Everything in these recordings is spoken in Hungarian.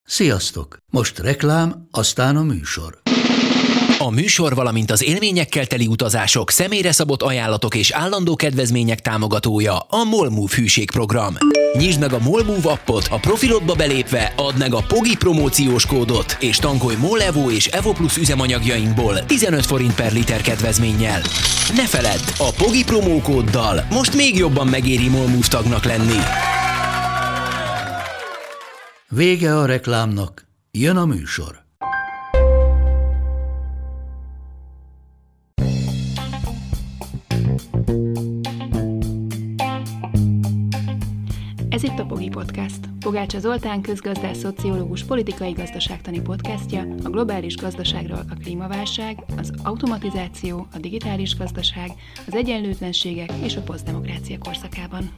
Sziasztok! Most reklám, aztán a műsor. A műsor, valamint az élményekkel teli utazások, személyre szabott ajánlatok és állandó kedvezmények támogatója a MOL Move hűségprogram. Nyisd meg a MOL Move appot, a profilodba belépve add meg a POGI promóciós kódot, és tankolj MOL Evo és Evo Plus üzemanyagjainkból 15 forint per liter kedvezménnyel. Ne feledd, a POGI promókóddal most még jobban megéri MOL Move tagnak lenni. Vége a reklámnak, jön a műsor. Ez itt a POGI Podcast. Pogácsa Zoltán közgazdász, szociológus, politikai gazdaságtani podcastja a globális gazdaságról, a klímaválság, az automatizáció, a digitális gazdaság, az egyenlőtlenségek és a posztdemokrácia korszakában.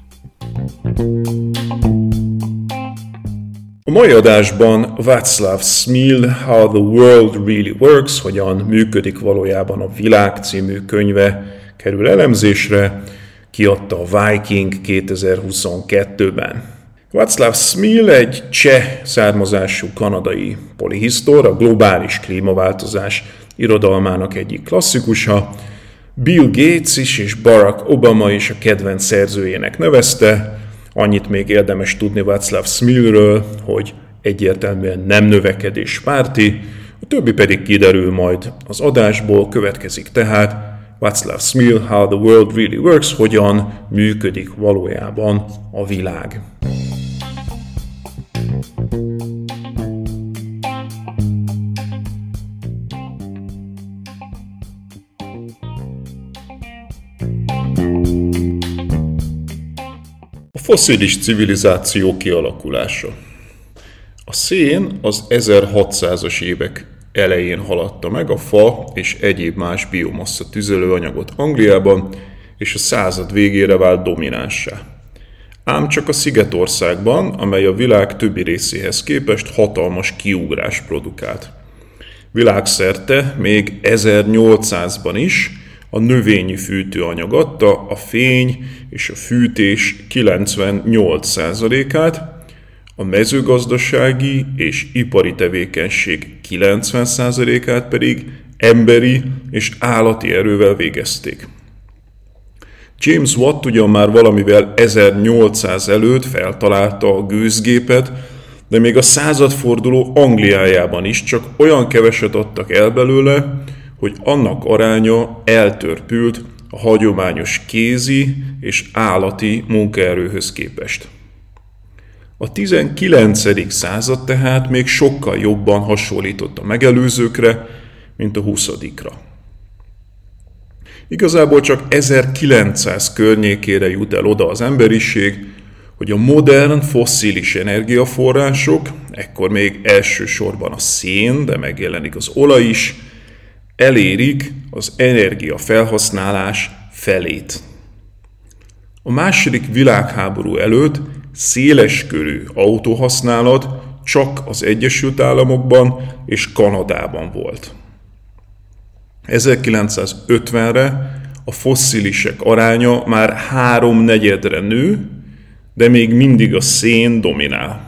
A mai adásban Václav Smil How the World Really Works, hogyan működik valójában a világ című könyve kerül elemzésre, kiadta a Viking 2022-ben. Václav Smil egy cseh származású kanadai polihisztor, a globális klímaváltozás irodalmának egyik klasszikusa. Bill Gates is és Barack Obama is a kedvenc szerzőjének nevezte. Annyit még érdemes tudni Václav Smilről, hogy egyértelműen nem növekedéspárti, a többi pedig kiderül majd az adásból, következik tehát Václav Smil, How the World Really Works, hogyan működik valójában a világ. A fosszilis civilizáció kialakulása. A szén az 1600-as évek elején haladta meg a fa és egyéb más biomassa tüzelőanyagot Angliában, és a század végére vált dominánssá. Ám csak a Szigetországban, amely a világ többi részéhez képest hatalmas kiugrás produkált. Világszerte még 1800-ban is a növényi fűtőanyag adta a fény és a fűtés 98%-át, a mezőgazdasági és ipari tevékenység 90%-át pedig emberi és állati erővel végezték. James Watt ugyan már valamivel 1800 előtt feltalálta a gőzgépet, de még a századforduló Angliájában is csak olyan keveset adtak el belőle, hogy annak aránya eltörpült a hagyományos kézi és állati munkaerőhöz képest. A 19. század tehát még sokkal jobban hasonlított a megelőzőkre, mint a 20-ra. Igazából csak 1900 környékére jut el oda az emberiség, hogy a modern fosszilis energiaforrások, ekkor még elsősorban a szén, de megjelenik az olaj is, elérik az energiafelhasználás felét. A második világháború előtt széleskörű autóhasználat csak az Egyesült Államokban és Kanadában volt. 1950-re a fosszilisek aránya már 3/4-re nő, de még mindig a szén dominál.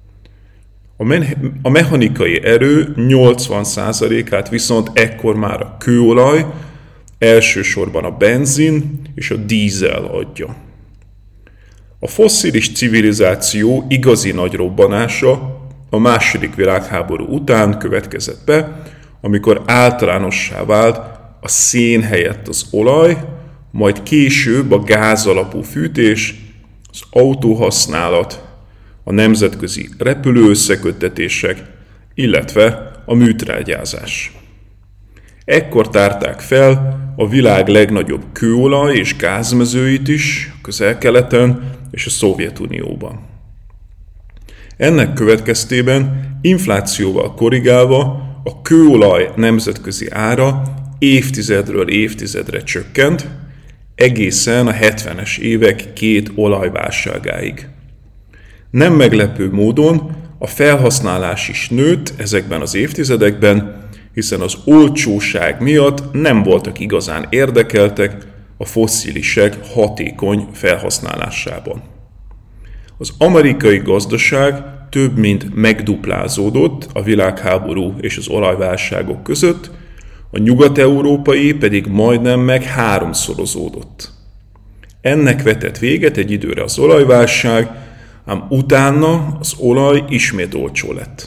A mechanikai erő 80%-át viszont ekkor már a kőolaj, elsősorban a benzin és a dízel adja. A fosszilis civilizáció igazi nagy robbanása a második világháború után következett be, amikor általánossá vált a szén helyett az olaj, majd később a gáz alapú fűtés, az autóhasználat, a nemzetközi repülőösszeköttetések, illetve a műtrágyázás. Ekkor tárták fel a világ legnagyobb kőolaj és gázmezőit is a Közel-Keleten és a Szovjetunióban. Ennek következtében inflációval korrigálva a kőolaj nemzetközi ára évtizedről évtizedre csökkent, egészen a 70-es évek két olajválságáig. Nem meglepő módon a felhasználás is nőtt ezekben az évtizedekben, hiszen az olcsóság miatt nem voltak igazán érdekeltek a fosszilisek hatékony felhasználásában. Az amerikai gazdaság több mint megduplázódott a világháború és az olajválságok között, a nyugat-európai pedig majdnem meg háromszorozódott. Ennek vetett véget egy időre az olajválság, ám utána az olaj ismét olcsó lett.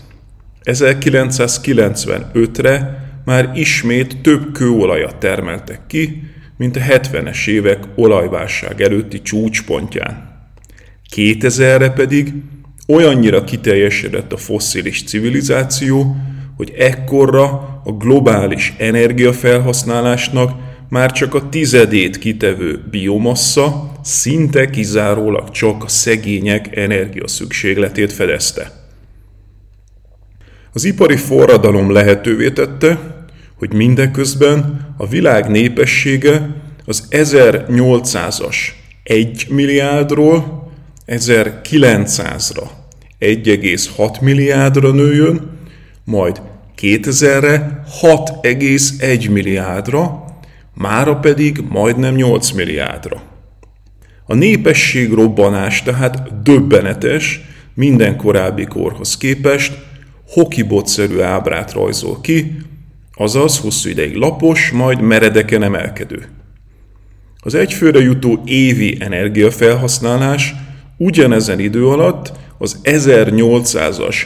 1995-re már ismét több kőolajat termeltek ki, mint a 70-es évek olajválság előtti csúcspontján. 2000-re pedig olyannyira kiteljesedett a fosszilis civilizáció, hogy ekkorra a globális energiafelhasználásnak már csak a 10-ét kitevő biomassa szinte kizárólag csak a szegények energiaszükségletét fedezte. Az ipari forradalom lehetővé tette, hogy mindeközben a világ népessége az 1800-as 1 milliárdról 1900-ra 1,6 milliárdra nőjön, majd 2000-re 6,1 milliárdra, mára pedig majdnem 8 milliárdra. A népesség robbanás tehát döbbenetes, minden korábbi korhoz képest hokibotszerű ábrát rajzol ki, azaz hosszú ideig lapos, majd meredeken emelkedő. Az egyfőre jutó évi energiafelhasználás ugyanezen idő alatt az 1800-as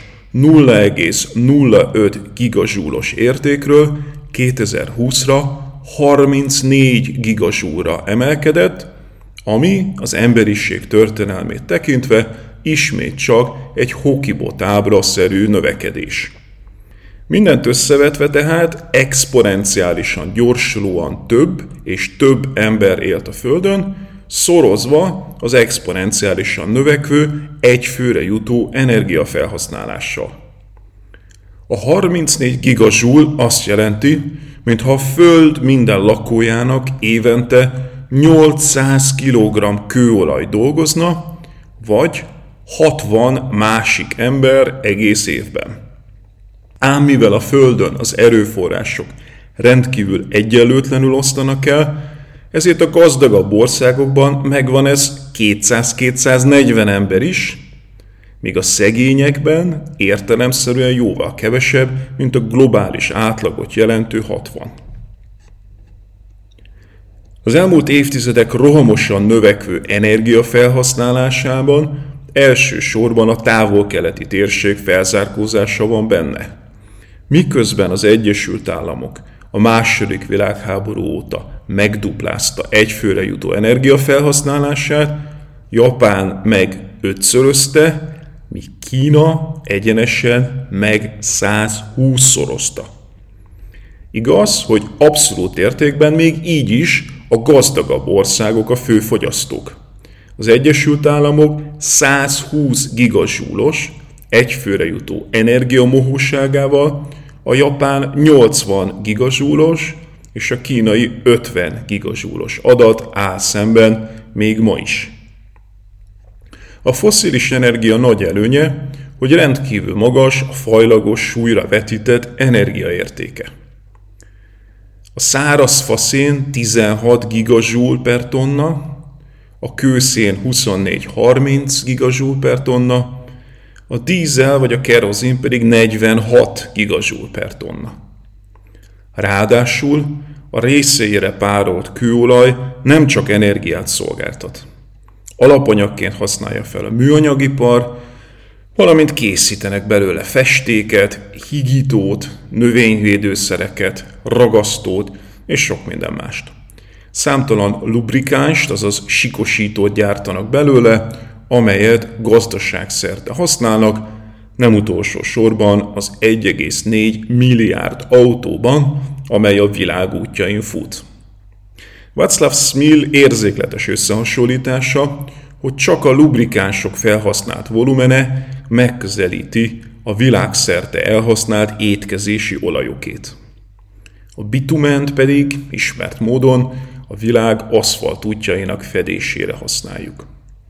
0,05 gigazsúlos értékről 2020-ra 34 gigazsúlra emelkedett, ami az emberiség történelmét tekintve ismét csak egy hokibot ábra-szerű növekedés. Mindent összevetve tehát exponenciálisan gyorsulóan több és több ember élt a Földön, szorozva az exponenciálisan növekvő egyfőre jutó energiafelhasználással. A 34 gigazsúl azt jelenti, mintha a Föld minden lakójának évente 800 kg kőolaj dolgozna, vagy 60 másik ember egész évben. Ám mivel a Földön az erőforrások rendkívül egyenlőtlenül osztanak el, ezért a gazdagabb országokban megvan ez 200-240 ember is, míg a szegényekben értelemszerűen jóval kevesebb, mint a globális átlagot jelentő 60. Az elmúlt évtizedek rohamosan növekvő energiafelhasználásában elsősorban a távol-keleti térség felzárkózása van benne. Miközben az Egyesült Államok a II. Világháború óta megduplázta egyfőre jutó energiafelhasználását, Japán meg 5-szörözte, míg Kína egyenesen meg 120-szorozta. Igaz, hogy abszolút értékben még így is a gazdagabb országok a fő fogyasztók. Az Egyesült Államok 120 gigazsúlos, egyfőre jutó energiamohóságával, a japán 80 gigazsúlos és a kínai 50 gigazsúlos adat áll szemben még ma is. A fosszilis energia nagy előnye, hogy rendkívül magas a fajlagos súlyra vetített energiaértéke. A száraz faszén 16 gigazsúl per tonna, a kőszén 24-30 gigazsúl per tonna, a dízel vagy a kerozin pedig 46 gigazsúl per tonna. Ráadásul a részeire párolt kőolaj nem csak energiát szolgáltat. Alapanyagként használja fel a műanyagipar, valamint készítenek belőle festéket, higítót, növényvédőszereket, ragasztót és sok minden mást. Számtalan lubrikánst, azaz sikosítót gyártanak belőle, amelyet gazdaságszerte használnak, nem utolsó sorban az 1,4 milliárd autóban, amely a világ útjain fut. Václav Smil érzékletes összehasonlítása, hogy csak a lubrikánsok felhasznált volumene megközelíti a világszerte elhasznált étkezési olajokét. A bitument pedig ismert módon a világ aszfalt útjainak fedésére használjuk.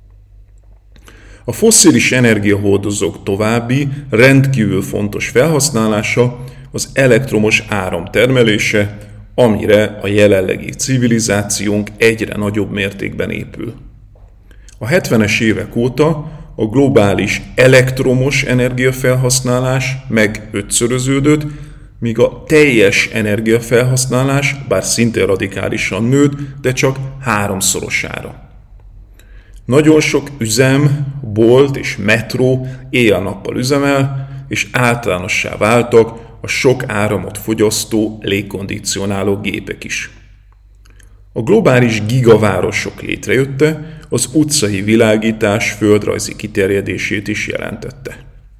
A fosszilis energiahordozók további rendkívül fontos felhasználása az elektromos áram termelése, amire a jelenlegi civilizációnk egyre nagyobb mértékben épül. A 70-es évek óta a globális elektromos energiafelhasználás meg 5-szöröződött, míg a teljes energiafelhasználás, bár szintén radikálisan nőtt, de csak 3-szorosára. Nagyon sok üzem, bolt és metró éjjel-nappal üzemel, és általánossá váltak a sok áramot fogyasztó légkondicionáló gépek is. A globális gigavárosok létrejötte az utcai világítás földrajzi kiterjedését is jelentette.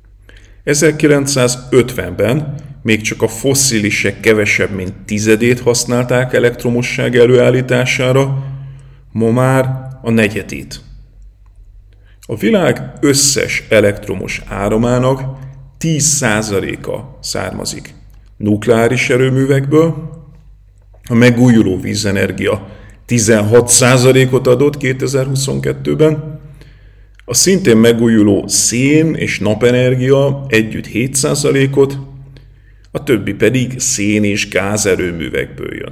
1950-ben még csak a fosszilisek kevesebb mint 10% használták elektromosság előállítására, ma már a 1/4. A világ összes elektromos áramának 10%-a származik nukleáris erőművekből, a megújuló vízenergia 16%-ot adott 2022-ben, a szintén megújuló szén és napenergia együtt 7%-ot, a többi pedig szén- és gázerőművekből jön.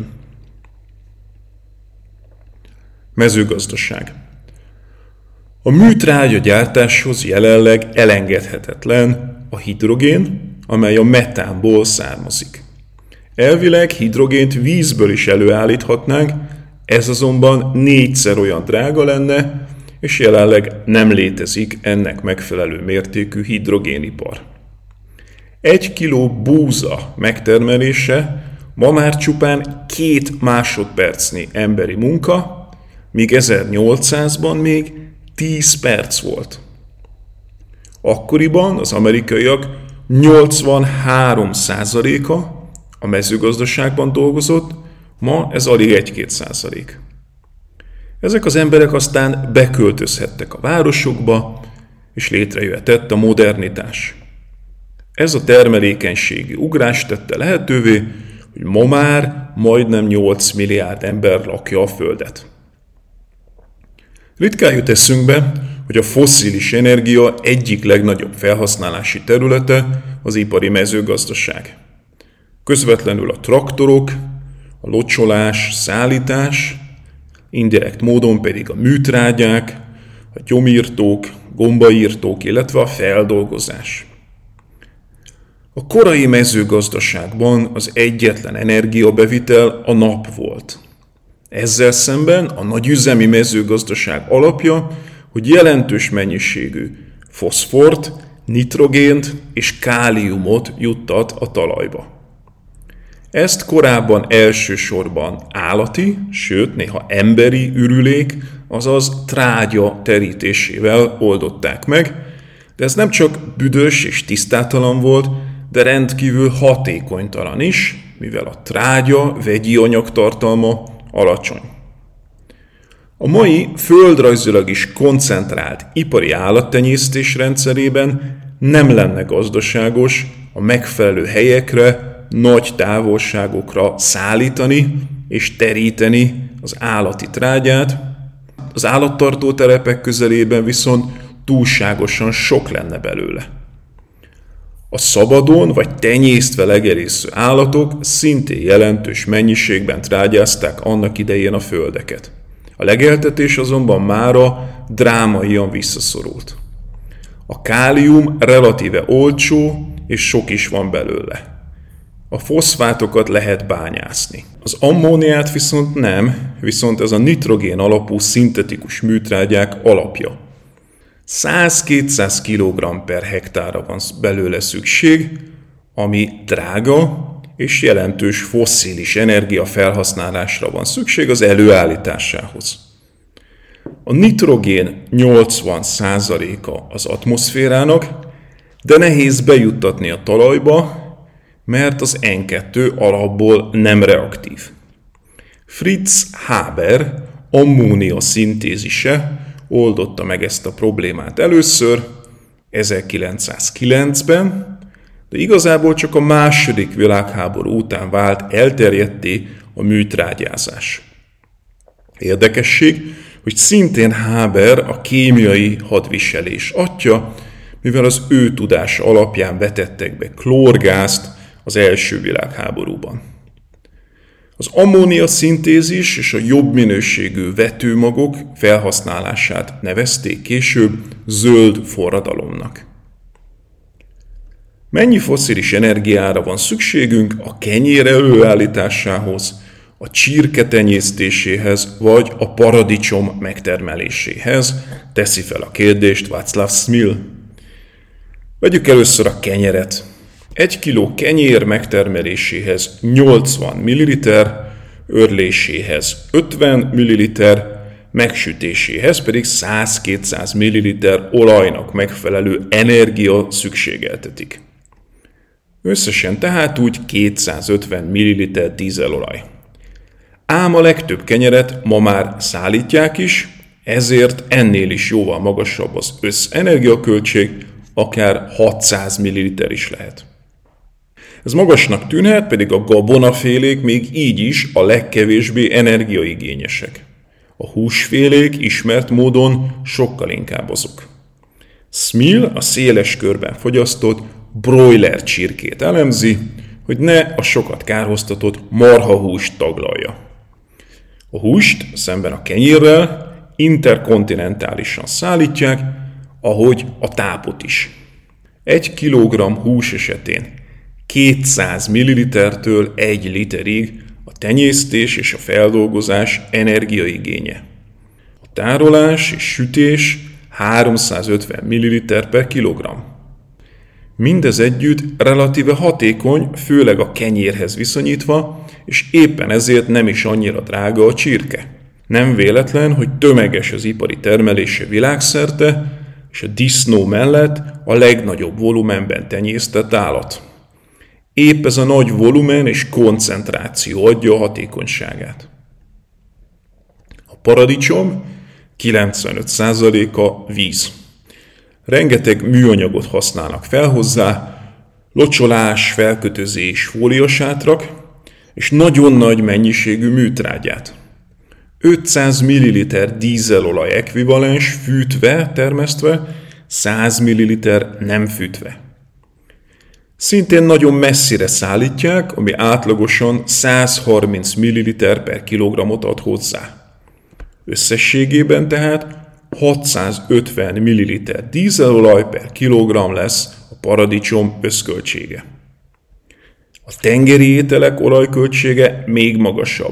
Mezőgazdaság. A műtrágya gyártáshoz jelenleg elengedhetetlen a hidrogén, amely a metánból származik. Elvileg hidrogént vízből is előállíthatnánk, ez azonban 4-szer olyan drága lenne, és jelenleg nem létezik ennek megfelelő mértékű hidrogénipar. 1 kiló búza megtermelése ma már csupán 2 másodpercnyi emberi munka, míg 1800-ban még 10 perc volt. Akkoriban az amerikaiak 83%-a a mezőgazdaságban dolgozott, ma ez alig 1-2%. Ezek az emberek aztán beköltözhettek a városokba, és létrejöhetett a modernitás. Ez a termelékenységi ugrás tette lehetővé, hogy ma már majdnem 8 milliárd ember lakja a Földet. Ritkán jut eszünkbe, hogy a fosszilis energia egyik legnagyobb felhasználási területe az ipari mezőgazdaság. Közvetlenül a traktorok, a locsolás, szállítás, indirekt módon pedig a műtrágyák, a gyomírtók, gombaírtók, illetve a feldolgozás. A korai mezőgazdaságban az egyetlen energiabevitel a nap volt. Ezzel szemben a nagyüzemi mezőgazdaság alapja, hogy jelentős mennyiségű foszfort, nitrogént és káliumot juttat a talajba. Ezt korábban elsősorban állati, sőt néha emberi ürülék, azaz trágya terítésével oldották meg, de ez nem csak büdös és tisztátalan volt, de rendkívül hatékonytalan is, mivel a trágya vegyi anyagtartalma alacsony. A mai földrajzilag is koncentrált ipari állattenyésztés rendszerében nem lenne gazdaságos a megfelelő helyekre, nagy távolságokra szállítani és teríteni az állati trágyát, az állattartó telepek közelében viszont túlságosan sok lenne belőle. A szabadon vagy tenyésztve legerésző állatok szintén jelentős mennyiségben trágyázták annak idején a földeket. A legeltetés azonban mára drámaian visszaszorult. A kálium relatíve olcsó és sok is van belőle. A foszfátokat lehet bányászni. Az ammóniát viszont nem, viszont ez a nitrogén alapú szintetikus műtrágyák alapja. 100-200 kg per hektárra van belőle szükség, ami drága és jelentős fosszilis energia felhasználásra van szükség az előállításához. A nitrogén 80%-a az atmoszférának, de nehéz bejuttatni a talajba, mert az N2 alapból nem reaktív. Fritz Haber ammónia szintézise oldotta meg ezt a problémát először, 1909-ben, de igazából csak a II. Világháború után vált elterjedté a műtrágyázás. Érdekesség, hogy szintén Haber a kémiai hadviselés atya, mivel az ő tudása alapján vetettek be klórgázt az I. világháborúban. Az ammónia szintézis és a jobb minőségű vetőmagok felhasználását nevezték később zöld forradalomnak. Mennyi fosszilis energiára van szükségünk a kenyér előállításához, a csirke tenyésztéséhez vagy a paradicsom megtermeléséhez, teszi fel a kérdést Václav Smil. Vegyük először a kenyeret. 1 kiló kenyér megtermeléséhez 80 ml, örléséhez 50 ml, megsütéséhez pedig 100-200 ml olajnak megfelelő energia szükségeltetik. Összesen tehát úgy 250 ml dízelolaj. Ám a legtöbb kenyeret ma már szállítják is, ezért ennél is jóval magasabb az összenergiaköltség, akár 600 ml is lehet. Ez magasnak tűnhet, pedig a gabonafélék még így is a legkevésbé energiaigényesek. A húsfélék ismert módon sokkal inkább azok. Smil a széles körben fogyasztott broiler csirkét elemzi, hogy ne a sokat kárhoztatott marhahúst taglalja. A húst szemben a kenyérrel interkontinentálisan szállítják, ahogy a tápot is. 1 kg hús esetén 200 ml-től 1 literig a tenyésztés és a feldolgozás energiaigénye. A tárolás és sütés 350 ml/kg. Mindez együtt relatíve hatékony, főleg a kenyérhez viszonyítva, és éppen ezért nem is annyira drága a csirke. Nem véletlen, hogy tömeges az ipari termelése világszerte, és a disznó mellett a legnagyobb volumenben tenyésztett állat. Épp ez a nagy volumen és koncentráció adja a hatékonyságát. A paradicsom 95%-a víz. Rengeteg műanyagot használnak fel hozzá, locsolás, felkötözés, fóliasátrak, és nagyon nagy mennyiségű műtrágyát. 500 ml dízelolaj ekvivalens fűtve, termesztve, 100 ml nem fűtve. Szintén nagyon messzire szállítják, ami átlagosan 130 ml/kg ad hozzá. Összességében tehát 650 ml dízelolaj per kilogramm lesz a paradicsom összköltsége. A tengeri ételek olajköltsége még magasabb.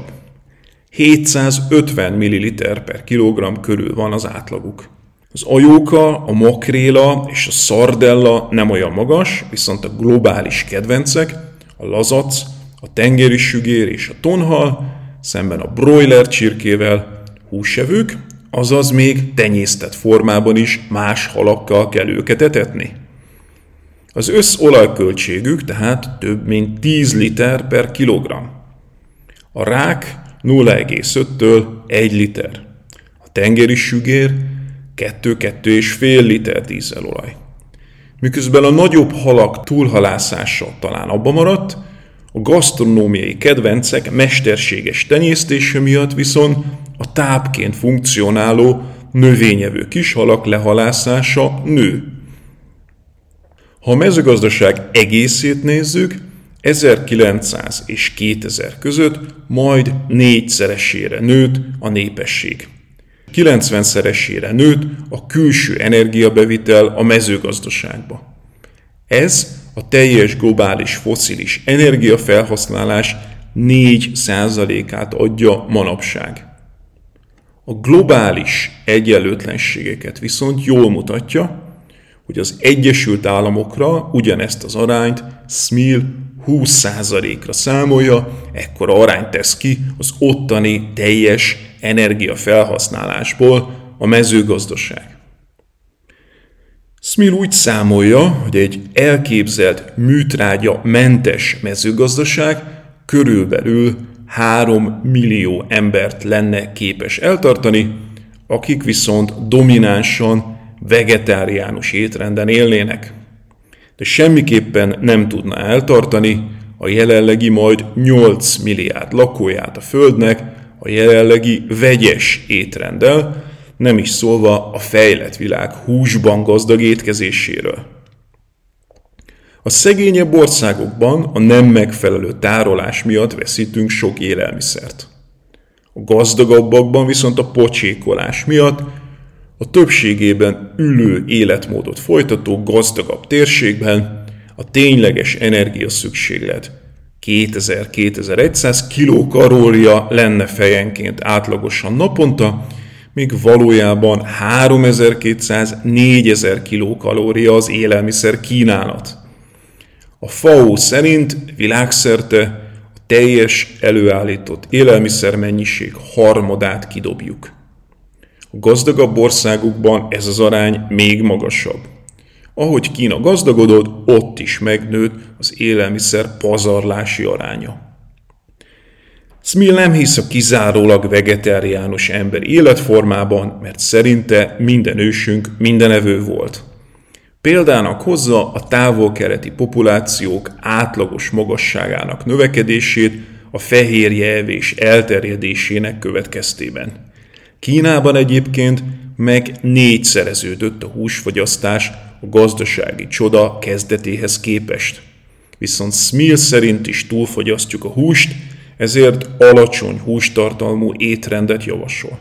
750 ml/kg körül van az átlaguk. Az ajóka, a makréla és a szardella nem olyan magas, viszont a globális kedvencek, a lazac, a tengeri sügér és a tonhal, szemben a broiler csirkével húsevők, azaz még tenyésztett formában is más halakkal kell őket etetni. Az összolajköltségük tehát több mint 10 liter per kilogramm. A rák 0,5-től 1 liter. A tengeri sügér 2-2,5 liter dízelolaj. Miközben a nagyobb halak túlhalászása talán abba maradt, a gasztronómiai kedvencek mesterséges tenyésztése miatt viszont a tápként funkcionáló növényevő kishalak lehalászása nő. Ha a mezőgazdaság egészét nézzük, 1900 és 2000 között majd 4-szeresére nőtt a népesség. 90-szeresére nőtt a külső energiabevitel a mezőgazdaságba. Ez a teljes globális fosszilis energiafelhasználás 4%-át adja manapság. A globális egyenlőtlenségeket viszont jól mutatja, hogy az Egyesült Államokra ugyanezt az arányt Smil 20%-ra számolja, ekkora arányt tesz ki az ottani teljes energiafelhasználásból a mezőgazdaság. Smil úgy számolja, hogy egy elképzelt műtrágya mentes mezőgazdaság körülbelül 3 millió embert lenne képes eltartani, akik viszont dominánsan vegetáriánus étrenden élnének. De semmiképpen nem tudna eltartani a jelenlegi majd 8 milliárd lakóját a Földnek a jelenlegi vegyes étrenddel, nem is szólva a fejlett világ húsban gazdag étkezéséről. A szegényebb országokban a nem megfelelő tárolás miatt veszítünk sok élelmiszert. A gazdagabbakban viszont a pocsékolás miatt a többségében ülő életmódot folytató gazdagabb térségben a tényleges energiaszükséglet 2000-2100 kilokalória lenne fejenként átlagosan naponta, míg valójában 3200-4000 kilokalória az élelmiszer kínálat. A FAO szerint világszerte a teljes előállított élelmiszermennyiség harmadát kidobjuk. A gazdagabb országokban ez az arány még magasabb. Ahogy Kína gazdagodott, ott is megnőtt az élelmiszer pazarlási aránya. Smil nem hisz a kizárólag vegetáriánus ember életformában, mert szerinte minden ősünk mindenevő volt. Példának hozza a távol-keleti populációk átlagos magasságának növekedését a fehérjeevés elterjedésének következtében. Kínában egyébként meg 4-szereződött a húsfogyasztás a gazdasági csoda kezdetéhez képest. Viszont Smil szerint is túlfogyasztjuk a húst, ezért alacsony hústartalmú étrendet javasol.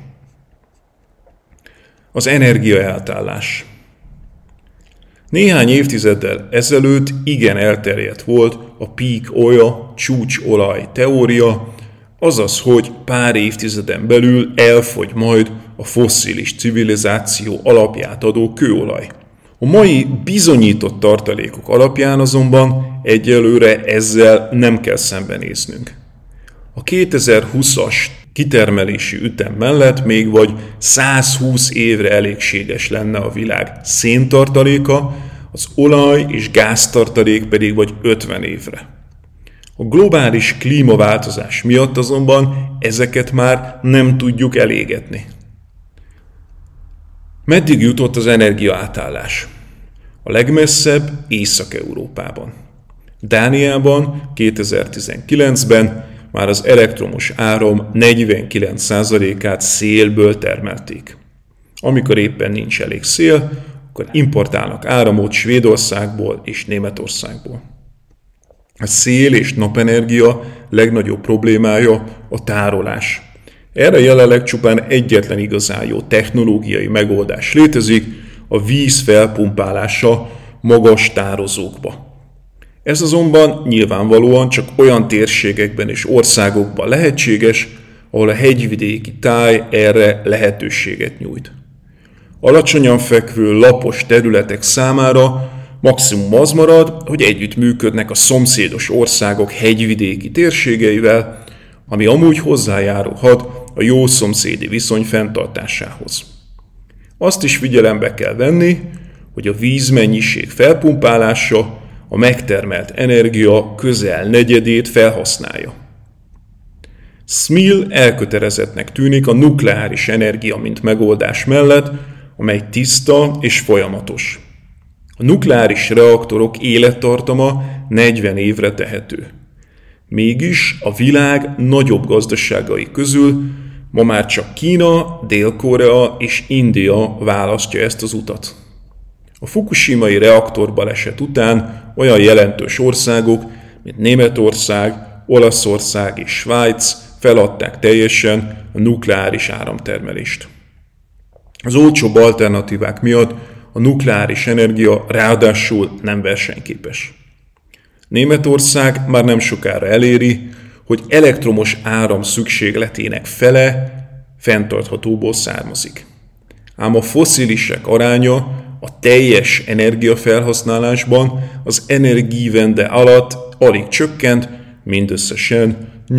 Az energiaeltállás. Néhány évtizeddel ezelőtt igen elterjedt volt a peak oil, csúcsolaj teória, azaz, hogy pár évtizeden belül elfogy majd a fosszilis civilizáció alapját adó kőolaj. A mai bizonyított tartalékok alapján azonban egyelőre ezzel nem kell szembenéznünk. A 2020-as kitermelési ütem mellett még vagy 120 évre elégséges lenne a világ széntartaléka, az olaj- és gáztartalék pedig vagy 50 évre. A globális klímaváltozás miatt azonban ezeket már nem tudjuk elégetni. Meddig jutott az energiaátállás? A legmesszebb Észak-Európában. Dániában 2019-ben már az elektromos áram 49%-át szélből termelték. Amikor éppen nincs elég szél, akkor importálnak áramot Svédországból és Németországból. A szél- és napenergia legnagyobb problémája a tárolás. Erre jelenleg csupán egyetlen igazán jó technológiai megoldás létezik, a víz felpumpálása magas tározókba. Ez azonban nyilvánvalóan csak olyan térségekben és országokban lehetséges, ahol a hegyvidéki táj erre lehetőséget nyújt. Alacsonyan fekvő, lapos területek számára maximum az marad, hogy együttműködnek a szomszédos országok hegyvidéki térségeivel, ami amúgy hozzájárulhat a jó szomszédi viszony fenntartásához. Azt is figyelembe kell venni, hogy a vízmennyiség felpumpálása a megtermelt energia közel negyedét felhasználja. Smil elkötelezettnek tűnik a nukleáris energia mint megoldás mellett, amely tiszta és folyamatos. A nukleáris reaktorok élettartama 40 évre tehető. Mégis a világ nagyobb gazdaságai közül ma már csak Kína, Dél-Korea és India választja ezt az utat. A fukushimai reaktorbaleset után olyan jelentős országok, mint Németország, Olaszország és Svájc feladták teljesen a nukleáris áramtermelést. Az olcsóbb alternatívák miatt a nukleáris energia ráadásul nem versenyképes. Németország már nem sokára eléri, hogy elektromos áram szükségletének fele fenntarthatóból származik. Ám a fosszilisek aránya a teljes energiafelhasználásban az Energiewende alatt alig csökkent, mindösszesen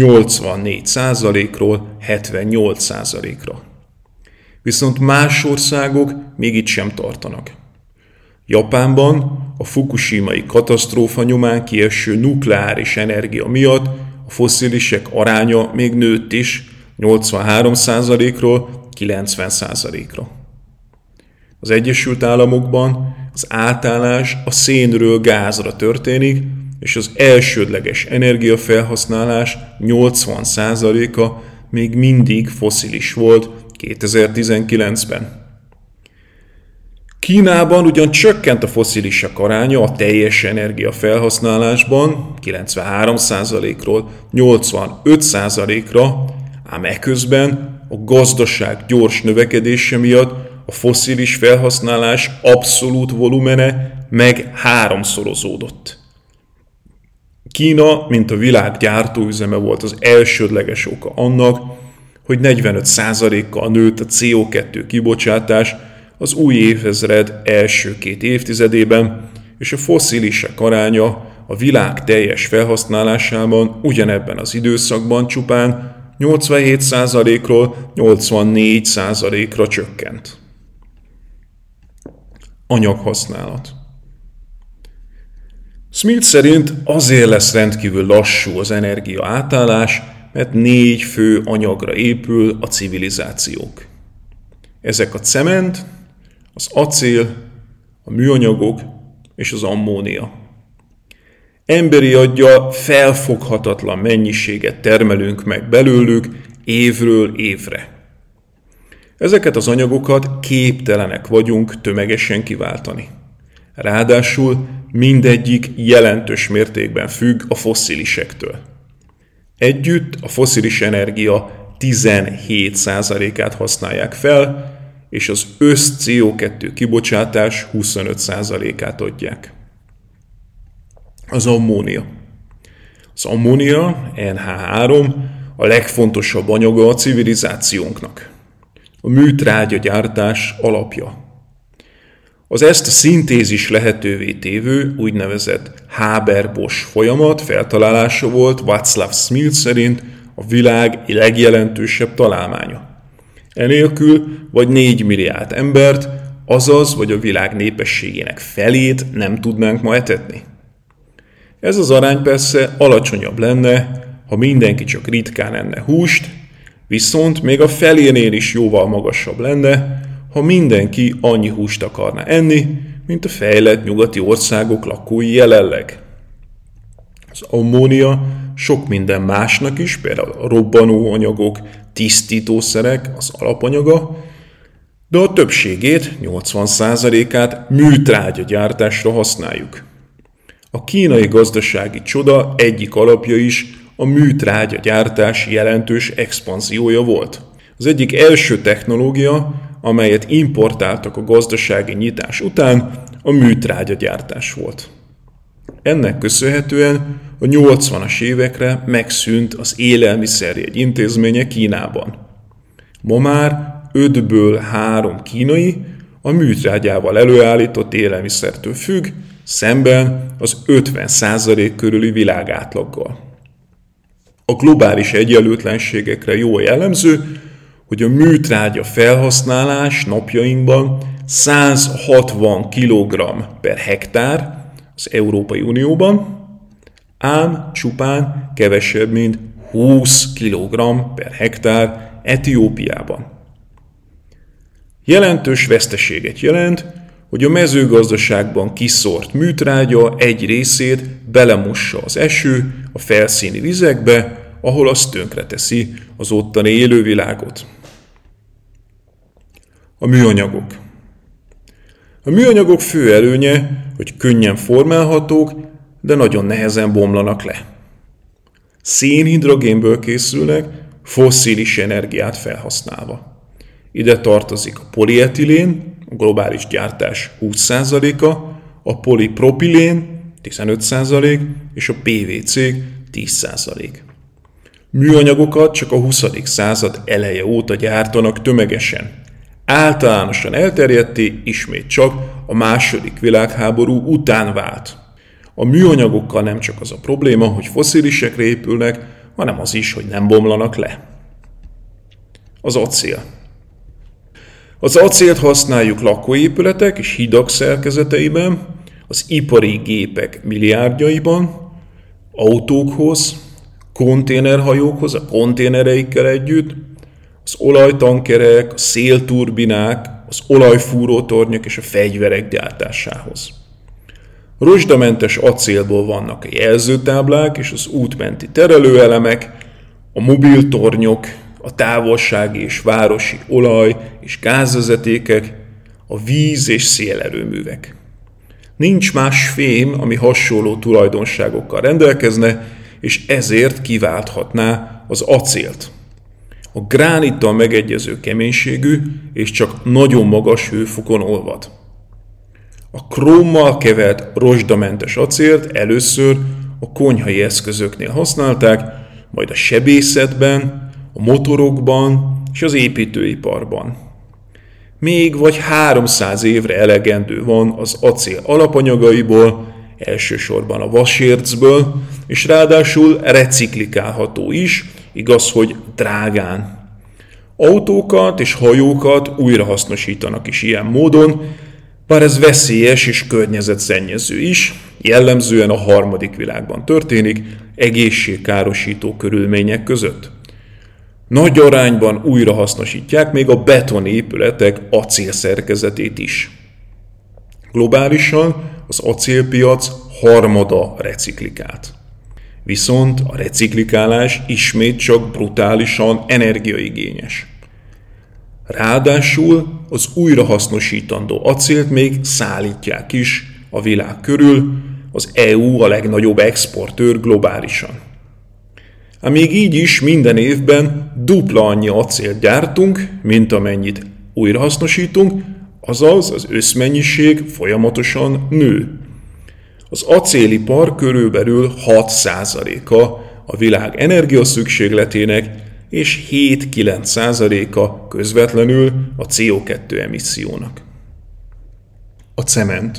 84%-ról 78%-ra. Viszont más országok még itt sem tartanak. Japánban a fukushimai katasztrófa nyomán kieső nukleáris energia miatt a fosszilisek aránya még nőtt is 83%-ról 90%-ra. Az Egyesült Államokban az átállás a szénről gázra történik, és az elsődleges energiafelhasználás 80%-a még mindig fosszilis volt 2019-ben. Kínában ugyan csökkent a fosszilisek aránya a teljes energiafelhasználásban 93%-ról 85%-ra, ám eközben a gazdaság gyors növekedése miatt a fosszilis felhasználás abszolút volumene meg háromszorozódott. Kína, mint a világ gyártóüzeme volt az elsődleges oka annak, hogy 45%-kal nőtt a CO2 kibocsátás az új évezred első 2 évtizedében, és a fosszilisek aránya a világ teljes felhasználásában ugyanebben az időszakban csupán 87%-ról 84%-ra csökkent. Anyaghasználat. Smith szerint azért lesz rendkívül lassú az energia átállás, mert 4 fő anyagra épül a civilizációk. Ezek a cement, az acél, a műanyagok és az ammónia. Emberi aggyal felfoghatatlan mennyiséget termelünk meg belőlük évről évre. Ezeket az anyagokat képtelenek vagyunk tömegesen kiváltani. Ráadásul mindegyik jelentős mértékben függ a fosszilisektől. Együtt a fosszilis energia 17%-át használják fel, és az össz CO2 kibocsátás 25%-át adják. Az ammónia. Az ammónia, NH3, a legfontosabb anyaga a civilizációnknak. A műtrágyagyártás alapja. Az ezt a szintézis lehetővé tévő úgynevezett Haber-Bosch folyamat feltalálása volt Václav Smil szerint a világ legjelentősebb találmánya. Enélkül vagy 4 milliárd embert, azaz vagy a világ népességének felét nem tudnánk ma etetni. Ez az arány persze alacsonyabb lenne, ha mindenki csak ritkán enne húst, viszont még a felénél is jóval magasabb lenne, ha mindenki annyi húst akarna enni, mint a fejlett nyugati országok lakói jelenleg. Az ammónia sok minden másnak is, például a robbanóanyagok, tisztítószerek, az alapanyaga, de a többségét, 80%-át műtrágyagyártásra használjuk. A kínai gazdasági csoda egyik alapja is a műtrágyagyártás jelentős expanziója volt. Az egyik első technológia, amelyet importáltak a gazdasági nyitás után, a műtrágyagyártás volt. Ennek köszönhetően a 80-as évekre megszűnt az élelmiszerjegy intézménye Kínában. Ma már 5-ből 3 kínai a műtrágyával előállított élelmiszertől függ, szemben az 50% körüli világátlaggal. A globális egyenlőtlenségekre jó jellemző, hogy a műtrágya felhasználás napjainkban 160 kg per hektár az Európai Unióban, ám csupán kevesebb, mint 20 kg per hektár Etiópiában. Jelentős veszteséget jelent, hogy a mezőgazdaságban kiszórt műtrágya egy részét belemossa az eső a felszíni vizekbe, ahol az tönkreteszi az ottani élővilágot. A műanyagok. A műanyagok fő előnye, hogy könnyen formálhatók, de nagyon nehezen bomlanak le. Szénhidrogénből készülnek, fosszilis energiát felhasználva. Ide tartozik a polietilén, a globális gyártás 20%-a, a polipropilén 15% és a PVC 10%. Műanyagokat csak a 20. század eleje óta gyártanak tömegesen. Általánosan elterjedté ismét csak a II. Világháború után vált. A műanyagokkal nem csak az a probléma, hogy fosszilisekre épülnek, hanem az is, hogy nem bomlanak le. Az acél. Az acélt használjuk lakóépületek és hidak szerkezeteiben, az ipari gépek milliárdjaiban, autókhoz, konténerhajókhoz, a konténereikkel együtt, az olajtankerek, a szélturbinák, az olajfúrótornyok és a fegyverek gyártásához. Rozsdamentes acélból vannak a jelzőtáblák és az útmenti terelőelemek, a mobiltornyok, a távolsági és városi olaj- és gázvezetékek, a víz- és szélerőművek. Nincs más fém, ami hasonló tulajdonságokkal rendelkezne, és ezért kiválthatná az acélt. A gránittal megegyező keménységű, és csak nagyon magas hőfokon olvad. A krómmal kevert rozsdamentes acélt először a konyhai eszközöknél használták, majd a sebészetben, a motorokban és az építőiparban. Még vagy 300 évre elegendő van az acél alapanyagaiból, elsősorban a vasércből, és ráadásul reciklikálható is, igaz, hogy drágán. Autókat és hajókat újrahasznosítanak is ilyen módon, bár ez veszélyes és környezetszennyező is, jellemzően a harmadik világban történik, egészségkárosító körülmények között. Nagy arányban újrahasznosítják még a betonépületek acélszerkezetét is. Globálisan az acélpiac harmada reciklikált. Viszont a reciklikálás ismét csak brutálisan energiaigényes. Ráadásul az újrahasznosítandó acélt még szállítják is a világ körül, az EU a legnagyobb exportőr globálisan. Ám még így is minden évben dupla annyi acélt gyártunk, mint amennyit újrahasznosítunk, azaz az összmennyiség folyamatosan nő. Az acélipar körülbelül 6%-a a világ energiaszükségletének, és 7-9%-a közvetlenül a CO2 emissziónak. A cement.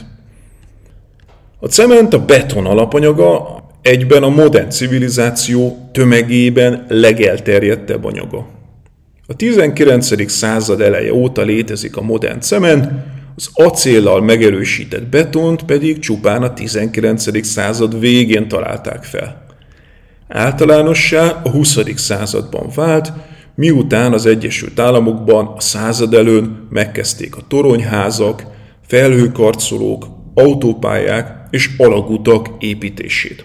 A cement a beton alapanyaga, egyben a modern civilizáció tömegében legelterjedtebb anyaga. A 19. század eleje óta létezik a modern cement, az acéllal megerősített betont pedig csupán a 19. század végén találták fel. Általánossá a 20. században vált, miután az Egyesült Államokban a század előn megkezdték a toronyházak, felhőkarcolók, autópályák és alagutak építését.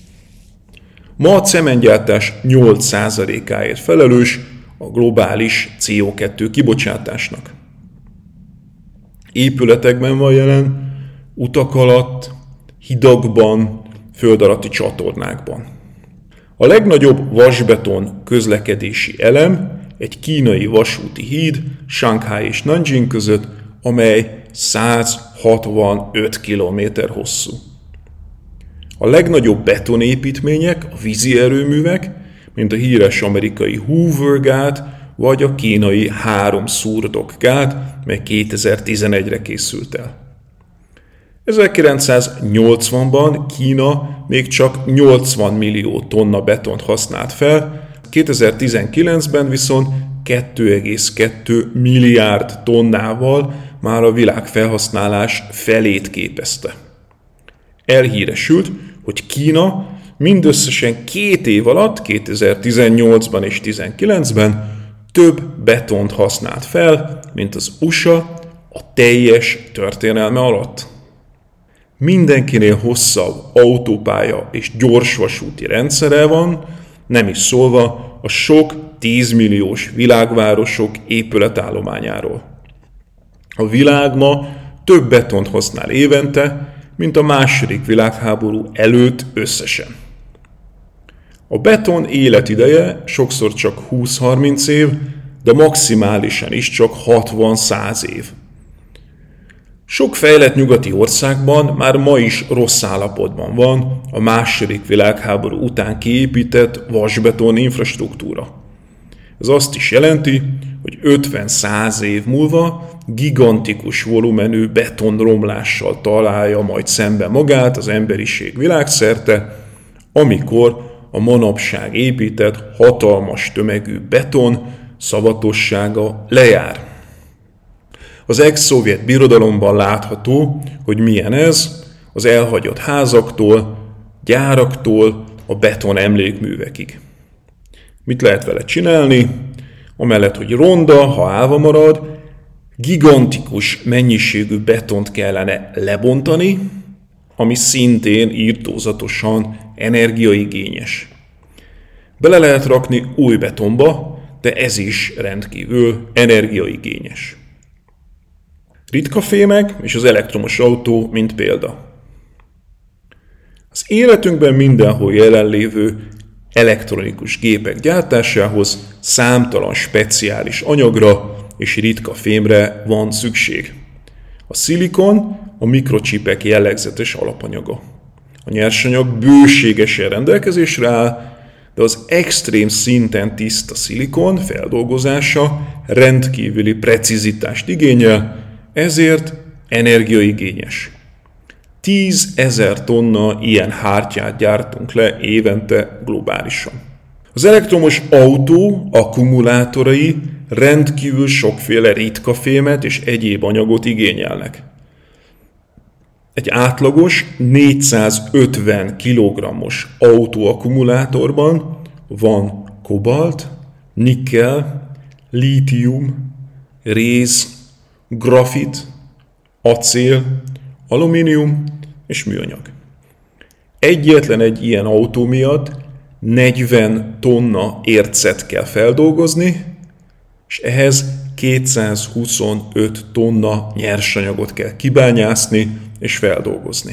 Ma a cementgyártás 8%-áért felelős a globális CO2 kibocsátásnak. Épületekben van jelen, utak alatt, hidakban, föld alatti csatornákban. A legnagyobb vasbeton közlekedési elem egy kínai vasúti híd Shanghai és Nanjing között, amely 165 km hosszú. A legnagyobb betonépítmények a vízi erőművek, mint a híres amerikai Hoover gát, vagy a kínai 3 szurdok gát, mely 2011-re készült el. 1980-ban Kína még csak 80 millió tonna betont használt fel, 2019-ben viszont 2,2 milliárd tonnával már a világ felhasználás felét képezte. Elhíresült, hogy Kína mindösszesen 2 év alatt, 2018-ban és 2019-ben több betont használt fel, mint az USA a teljes történelme alatt. Mindenkinél hosszabb autópálya és gyorsvasúti rendszere van, nem is szólva a sok 10 milliós világvárosok épületállományáról. A világ ma több betont használ évente, mint a II. Világháború előtt összesen. A beton életideje sokszor csak 20-30 év, de maximálisan is csak 60-100 év. Sok fejlett nyugati országban már ma is rossz állapotban van a II. Világháború után kiépített vasbeton infrastruktúra. Ez azt is jelenti, hogy 50-100 év múlva gigantikus volumenű betonromlással találja majd szembe magát az emberiség világszerte, amikor a manapság épített hatalmas tömegű beton szavatossága lejár. Az ex-szovjet birodalomban látható, hogy milyen ez az elhagyott házaktól, gyáraktól a beton emlékművekig. Mit lehet vele csinálni? Amellett, hogy ronda, ha állva marad, gigantikus mennyiségű betont kellene lebontani, ami szintén irtózatosan energiaigényes. Bele lehet rakni új betonba, de ez is rendkívül energiaigényes. Ritka fémek és az elektromos autó, mint példa. Az életünkben mindenhol jelenlévő elektronikus gépek gyártásához számtalan speciális anyagra és ritka fémre van szükség. A szilikon a mikrocsipek jellegzetes alapanyaga. A nyersanyag bőségesen rendelkezésre áll, de az extrém szinten tiszta szilikon feldolgozása rendkívüli precizitást igényel, ezért energiaigényes. 10 000 tonna ilyen hártyát gyártunk le évente globálisan. Az elektromos autó akkumulátorai rendkívül sokféle ritka fémet és egyéb anyagot igényelnek. Egy átlagos 450 kg-os autóakkumulátorban van kobalt, nikkel, lítium, réz, grafit, acél, alumínium és műanyag. Egyetlen egy ilyen autó miatt 40 tonna ércet kell feldolgozni, és ehhez 225 tonna nyersanyagot kell kibányászni és feldolgozni.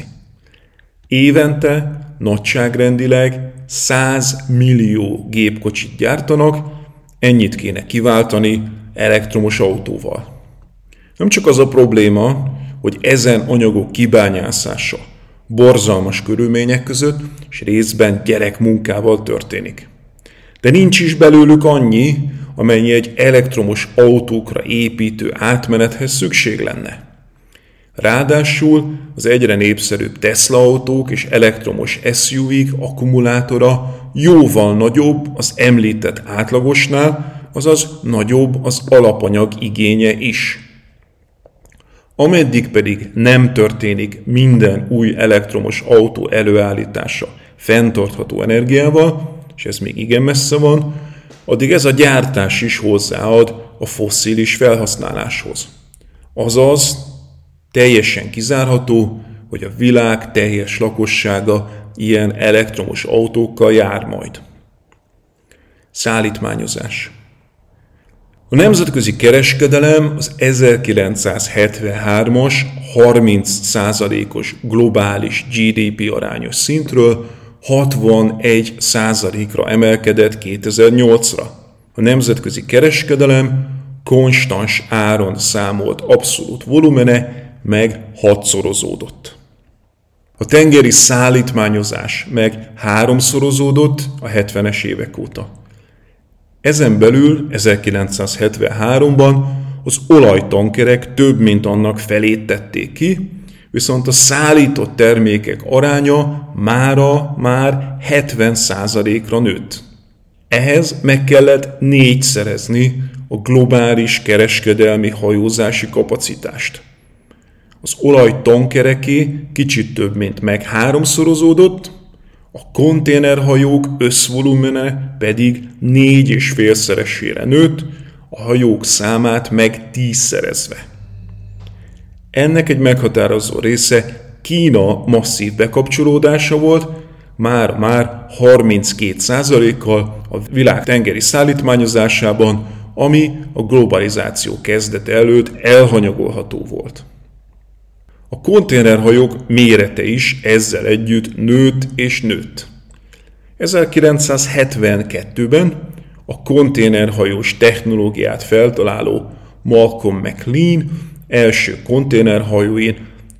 Évente nagyságrendileg 100 millió gépkocsit gyártanak, ennyit kéne kiváltani elektromos autóval. Nem csak az a probléma, hogy ezen anyagok kibányászása borzalmas körülmények között és részben gyerekmunkával történik. De nincs is belőlük annyi, amennyi egy elektromos autókra építő átmenethez szükség lenne. Ráadásul az egyre népszerűbb Tesla autók és elektromos SUV-k akkumulátora jóval nagyobb az említett átlagosnál, azaz nagyobb az alapanyag igénye is. Ameddig pedig nem történik minden új elektromos autó előállítása fenntartható energiával, és ez még igen messze van, addig ez a gyártás is hozzáad a fosszilis felhasználáshoz. Azaz, teljesen kizárható, hogy a világ teljes lakossága ilyen elektromos autókkal jár majd. Szállítmányozás. A nemzetközi kereskedelem az 1973-as 30%-os globális GDP arányos szintről 61%-ra emelkedett 2008-ra. A nemzetközi kereskedelem konstans áron számolt abszolút volumene meg 6-szorozódott. A tengeri szállítmányozás meg 3-szorozódott a 70-es évek óta. Ezen belül 1973-ban az olajtankerek több mint annak felét tették ki, viszont a szállított termékek aránya mára már 70%-ra nőtt. Ehhez meg kellett 4-szerezni a globális kereskedelmi hajózási kapacitást. Az olajtankereké kicsit több mint meg 3-szorozódott, a konténerhajók összvolumene pedig 4,5-szeresére nőtt, a hajók számát meg 10-szerezve. Ennek egy meghatározó része Kína masszív bekapcsolódása volt, már 32%-kal a világ tengeri szállítmányozásában, ami a globalizáció kezdete előtt elhanyagolható volt. A konténerhajók mérete is ezzel együtt nőtt és nőtt. 1972-ben a konténerhajós technológiát feltaláló Malcolm McLean első konténerhajóin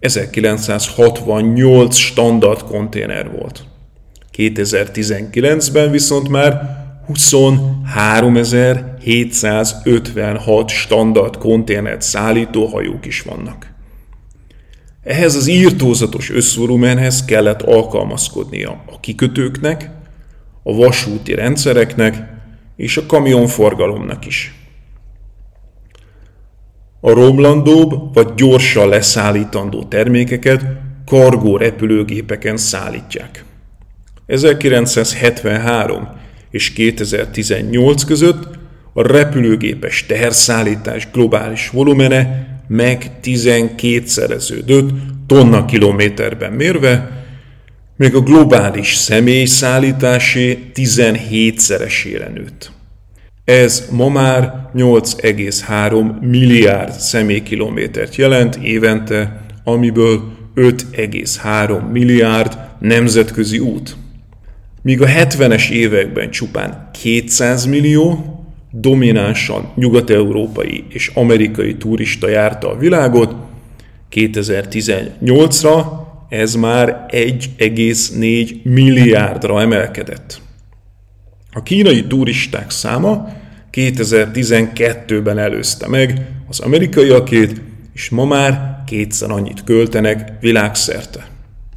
1968 standard konténer volt. 2019-ben viszont már 23.756 standard konténert szállító hajók is vannak. Ehhez az irtózatos összvolumenhez kellett alkalmazkodnia a kikötőknek, a vasúti rendszereknek és a kamionforgalomnak is. A romlandóbb vagy gyorsan leszállítandó termékeket kargó repülőgépeken szállítják. 1973 és 2018 között a repülőgépes teherszállítás globális volumene meg 12-szereződött tonna kilométerben mérve, még a globális személyszállításé 17-szeresére nőtt. Ez ma már 8,3 milliárd személykilométert jelent évente, amiből 5,3 milliárd nemzetközi út. Míg a 70-es években csupán 200 millió, dominánsan nyugat-európai és amerikai turista járta a világot, 2018-ra ez már 1,4 milliárdra emelkedett. A kínai turisták száma 2012-ben előzte meg az amerikaiakét, és ma már kétszer annyit költenek világszerte.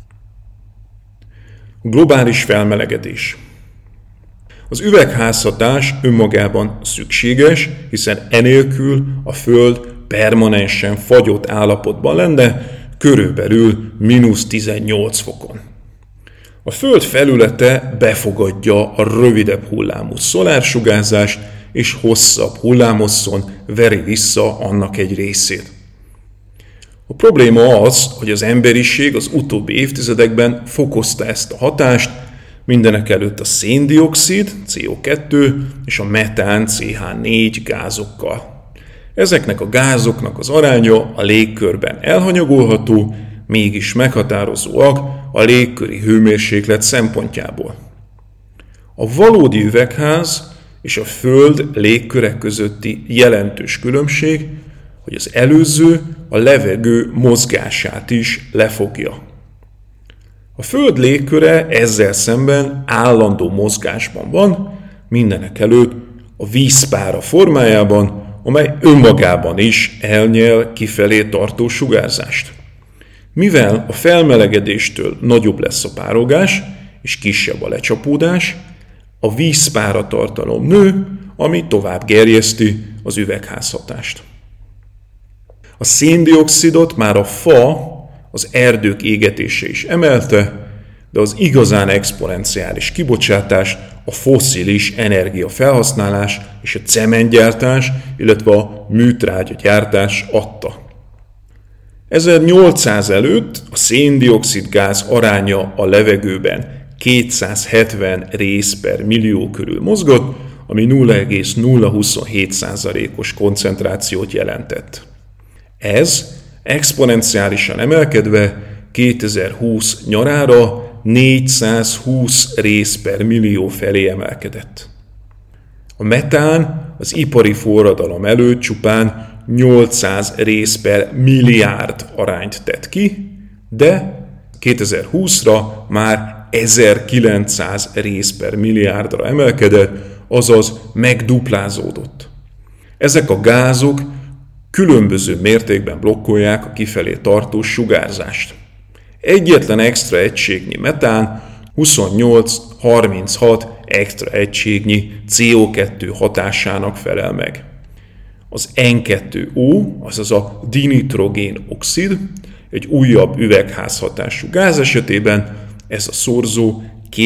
Globális felmelegedés. Az üvegházhatás önmagában szükséges, hiszen enélkül a Föld permanensen fagyott állapotban lenne, körülbelül -18 fokon. A Föld felülete befogadja a rövidebb hullámú szolársugárzást, és hosszabb hullámosszon veri vissza annak egy részét. A probléma az, hogy az emberiség az utóbbi évtizedekben fokozta ezt a hatást, mindenekelőtt a széndioxid, CO2 és a metán, CH4 gázokkal. Ezeknek a gázoknak az aránya a légkörben elhanyagolható, mégis meghatározóak a légköri hőmérséklet szempontjából. A valódi üvegház és a Föld légköre közötti jelentős különbség, hogy az előző a levegő mozgását is lefogja. A Föld légköre ezzel szemben állandó mozgásban van, mindenekelőtt a vízpára formájában, amely önmagában is elnyel kifelé tartó sugárzást. Mivel a felmelegedéstől nagyobb lesz a párolgás, és kisebb a lecsapódás, a vízpáratartalom nő, ami tovább gerjeszti az üvegházhatást. A széndioxidot már a fa, az erdők égetése is emelte, de az igazán exponenciális kibocsátás a fosszilis energiafelhasználás és a cementgyártás, illetve a műtrágyagyártás adta. 1800 előtt a széndioxid gáz aránya a levegőben 270 rész per millió körül mozgott, ami 0,027%-os koncentrációt jelentett. Ez exponenciálisan emelkedve 2020 nyarára 420 rész per millió felé emelkedett. A metán az ipari forradalom előtt csupán 800 rész per milliárd arányt tett ki, de 2020-ra már 1900 rész per milliárdra emelkedett, azaz megduplázódott. Ezek a gázok különböző mértékben blokkolják a kifelé tartó sugárzást. Egyetlen extra egységnyi metán 28-36 extra egységnyi CO2 hatásának felel meg. Az N2O, azaz a dinitrogén oxid, egy újabb üvegházhatású gáz esetében ez a szorzó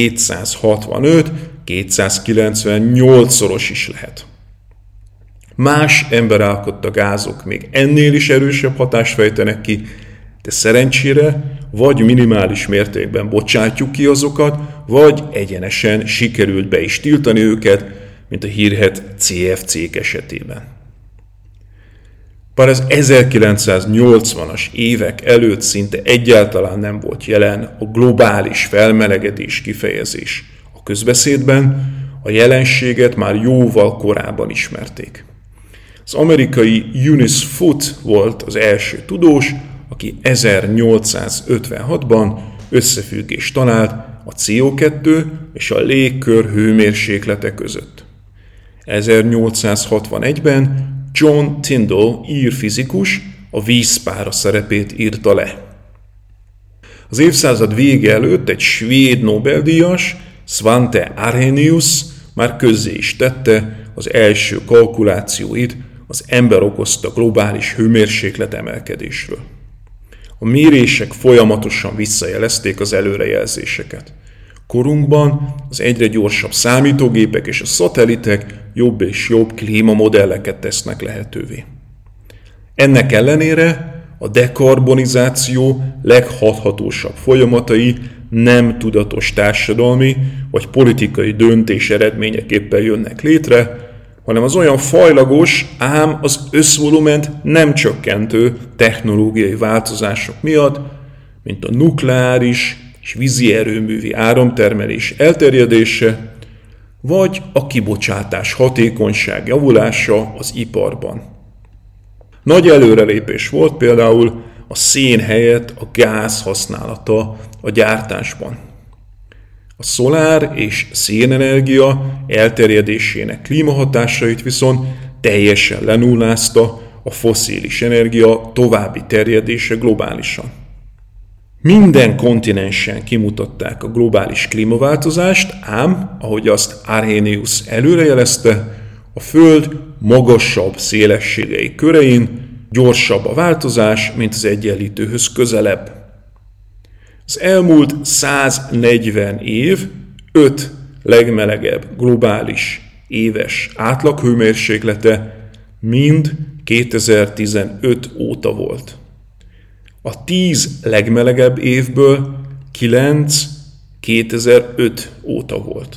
265-298-szoros is lehet. Más emberalkotta gázok még ennél is erősebb hatást fejtenek ki, de szerencsére vagy minimális mértékben bocsátjuk ki azokat, vagy egyenesen sikerült be is tiltani őket, mint a hírhedt CFC-k esetében. Bár az 1980-as évek előtt szinte egyáltalán nem volt jelen a globális felmelegedés kifejezés a közbeszédben, a jelenséget már jóval korábban ismerték. Az amerikai Eunice Foote volt az első tudós, aki 1856-ban összefüggést talált a CO2 és a légkör hőmérséklete között. 1861-ben John Tyndall ír fizikus a vízpára szerepét írta le. Az évszázad vége előtt egy svéd Nobel-díjas, Svante Arrhenius már közzé is tette az első kalkulációit az ember okozta globális hőmérséklet emelkedésről. A mérések folyamatosan visszajelezték az előrejelzéseket. Korunkban az egyre gyorsabb számítógépek és a szatelitek jobb és jobb klímamodelleket tesznek lehetővé. Ennek ellenére a dekarbonizáció leghathatósabb folyamatai nem tudatos társadalmi vagy politikai döntés eredményeképpen jönnek létre, hanem az olyan fajlagos, ám az összvolument nem csökkentő technológiai változások miatt, mint a nukleáris és vízi erőművi áramtermelés elterjedése, vagy a kibocsátás hatékonyság javulása az iparban. Nagy előrelépés volt például a szén helyett a gáz használata a gyártásban. A szolár és szénenergia elterjedésének klímahatásait viszont teljesen lenullázta a fosszilis energia további terjedése globálisan. Minden kontinensen kimutatták a globális klímaváltozást, ám, ahogy azt Arrhenius előrejelezte, a Föld magasabb szélességei körein gyorsabb a változás, mint az Egyenlítőhöz közelebb. Az elmúlt 140 év 5 legmelegebb globális éves átlaghőmérséklete mind 2015 óta volt. A 10 legmelegebb évből 9 2005 óta volt.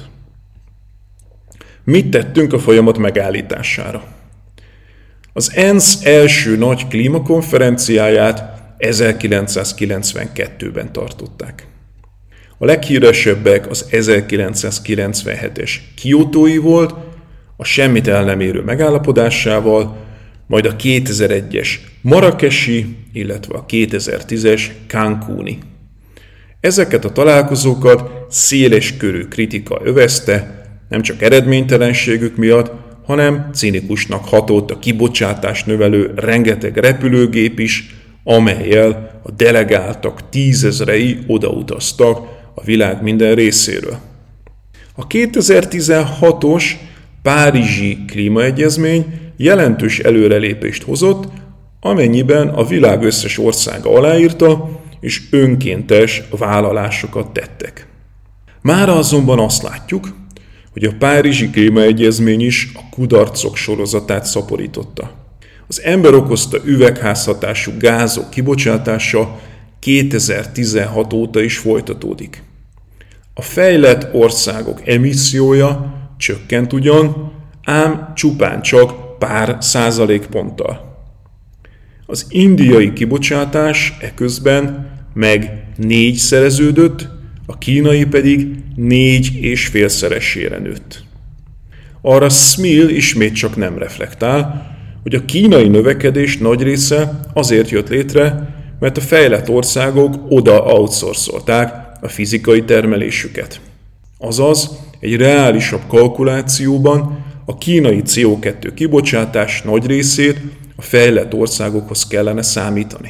Mit tettünk a folyamat megállítására? Az ENSZ első nagy klímakonferenciáját 1992-ben tartották. A leghíresebbek az 1997-es Kiotói volt, a semmit el nem érő megállapodásával, majd a 2001-es Marrakesi, illetve a 2010-es Cancúni. Ezeket a találkozókat széleskörű kritika övezte, nem csak eredménytelenségük miatt, hanem cinikusnak hatott a kibocsátást növelő rengeteg repülőgép is, amellyel a delegáltak 10.000-ei odautaztak a világ minden részéről. A 2016-os Párizsi klímaegyezmény jelentős előrelépést hozott, amennyiben a világ összes országa aláírta, és önkéntes vállalásokat tettek. Mára azonban azt látjuk, hogy a Párizsi klímaegyezmény is a kudarcok sorozatát szaporította. Az ember okozta üvegházhatású gázok kibocsátása 2016 óta is folytatódik. A fejlett országok emissziója csökkent ugyan, ám csupán csak pár százalékponttal. Az indiai kibocsátás eközben meg 4-szereződött, a kínai pedig 4,5-szeresére nőtt. Arra Smil ismét csak nem reflektál, hogy a kínai növekedés nagy része azért jött létre, mert a fejlett országok oda outsourcolták a fizikai termelésüket. Azaz, egy reálisabb kalkulációban a kínai CO2 kibocsátás nagy részét a fejlett országokhoz kellene számítani.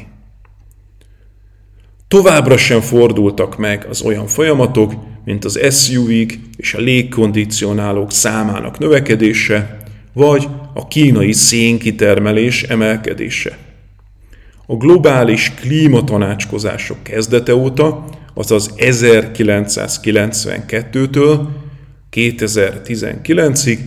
Továbbra sem fordultak meg az olyan folyamatok, mint az SUV-k és a légkondicionálók számának növekedése, vagy a kínai szénkitermelés emelkedése. A globális klímatanácskozások kezdete óta, azaz 1992-től 2019-ig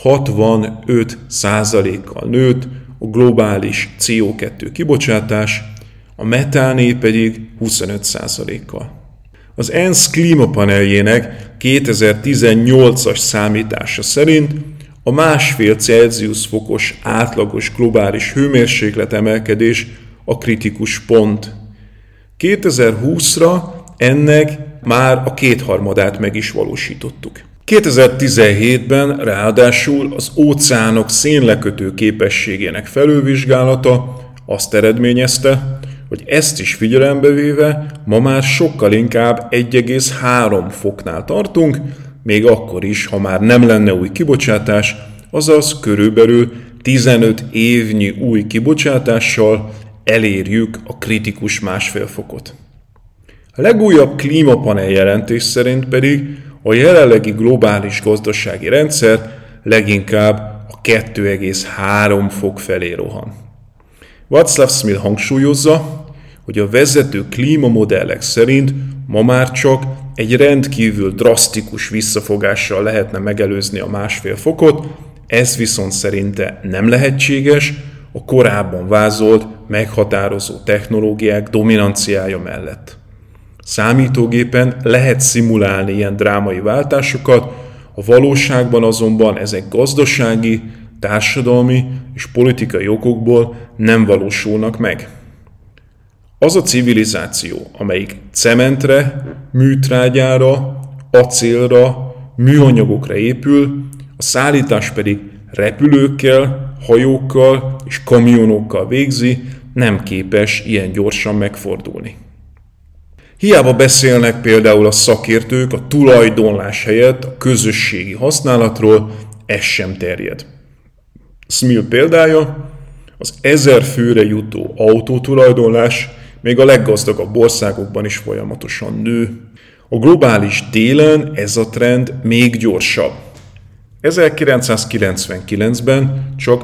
65%-kal nőtt a globális CO2 kibocsátás, a metáné pedig 25%-kal. Az ENSZ klímapaneljének 2018-as számítása szerint a 1,5 Celsius fokos átlagos globális hőmérséklet emelkedés a kritikus pont. 2020-ra ennek már a 2/3 meg is valósítottuk. 2017-ben ráadásul az óceánok szénlekötő képességének felülvizsgálata azt eredményezte, hogy ezt is figyelembe véve ma már sokkal inkább 1,3 foknál tartunk, még akkor is, ha már nem lenne új kibocsátás, azaz körülbelül 15 évnyi új kibocsátással elérjük a kritikus 1,5 fokot. A legújabb klímapanel jelentés szerint pedig a jelenlegi globális gazdasági rendszer leginkább a 2,3 fok felé rohan. Václav Smil hangsúlyozza, hogy a vezető klímamodellek szerint ma már csak egy rendkívül drasztikus visszafogással lehetne megelőzni a 1,5 fokot, ez viszont szerinte nem lehetséges a korábban vázolt meghatározó technológiák dominanciája mellett. Számítógépen lehet szimulálni ilyen drámai váltásokat, a valóságban azonban ezek gazdasági, társadalmi és politikai okokból nem valósulnak meg. Az a civilizáció, amelyik cementre, műtrágyára, acélra, műanyagokra épül, a szállítás pedig repülőkkel, hajókkal és kamionokkal végzi, nem képes ilyen gyorsan megfordulni. Hiába beszélnek például a szakértők a tulajdonlás helyett a közösségi használatról, ez sem terjed. Smil példája, az 1000 főre jutó autótulajdonlás még a leggazdagabb országokban is folyamatosan nő. A globális délen ez a trend még gyorsabb. 1999-ben csak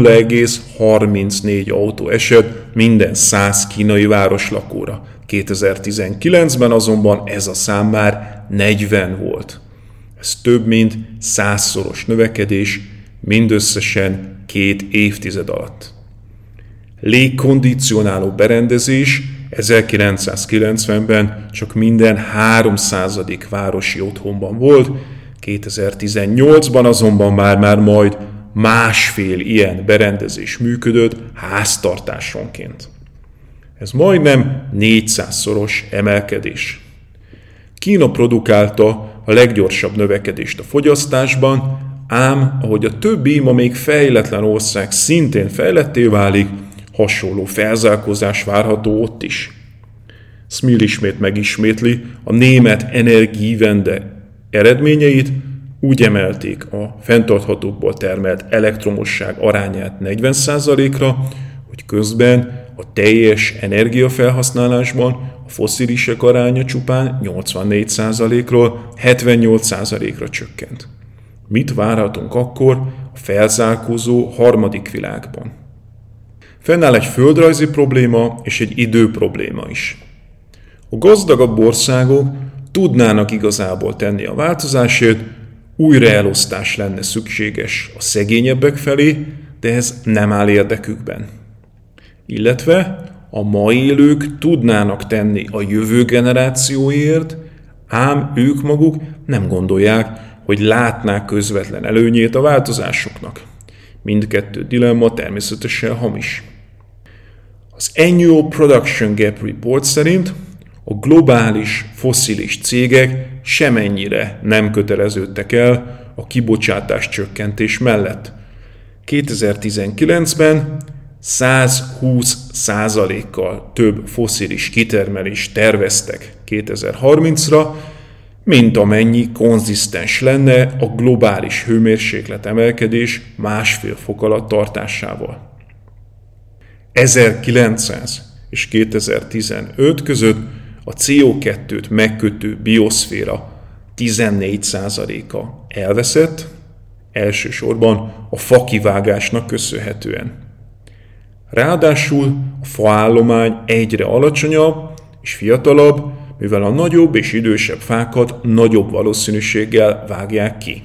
0,34 autó esett minden 100 kínai városlakóra. 2019-ben azonban ez a szám már 40 volt. Ez több mint 100-szoros növekedés mindösszesen 2 évtized alatt. Légkondicionáló berendezés 1990-ben csak minden 300. városi otthonban volt, 2018-ban azonban már majd 1,5 ilyen berendezés működött háztartásonként. Ez majdnem 400-szoros emelkedés. Kína produkálta a leggyorsabb növekedést a fogyasztásban, ám ahogy a többi ma még fejletlen ország szintén fejletté válik, hasonló felzárkózás várható ott is. Smil ismét megismétli, a német Energiewende eredményeit úgy emelték a fenntarthatókból termelt elektromosság arányát 40%-ra, hogy közben a teljes energiafelhasználásban a fosszilisek aránya csupán 84%-ról 78%-ra csökkent. Mit várhatunk akkor a felzárkózó harmadik világban? Fennáll egy földrajzi probléma és egy idő probléma is. A gazdagabb országok tudnának igazából tenni a változásért, újraelosztás lenne szükséges a szegényebbek felé, de ez nem áll érdekükben. Illetve a ma élők tudnának tenni a jövő generációért, ám ők maguk nem gondolják, hogy látnák közvetlen előnyét a változásoknak. Mindkettő dilemma természetesen hamis. Az Annual Production Gap Report szerint a globális fosszilis cégek semennyire nem köteleződtek el a kibocsátás csökkentés mellett. 2019-ben 120%-kal több fosszilis kitermelést terveztek 2030-ra, mint amennyi konzisztens lenne a globális hőmérséklet emelkedés 1,5 fok alatt tartásával. 1900 és 2015 között a CO2-t megkötő bioszféra 14%-a elveszett, elsősorban a fakivágásnak köszönhetően. Ráadásul a faállomány egyre alacsonyabb és fiatalabb, mivel a nagyobb és idősebb fákat nagyobb valószínűséggel vágják ki.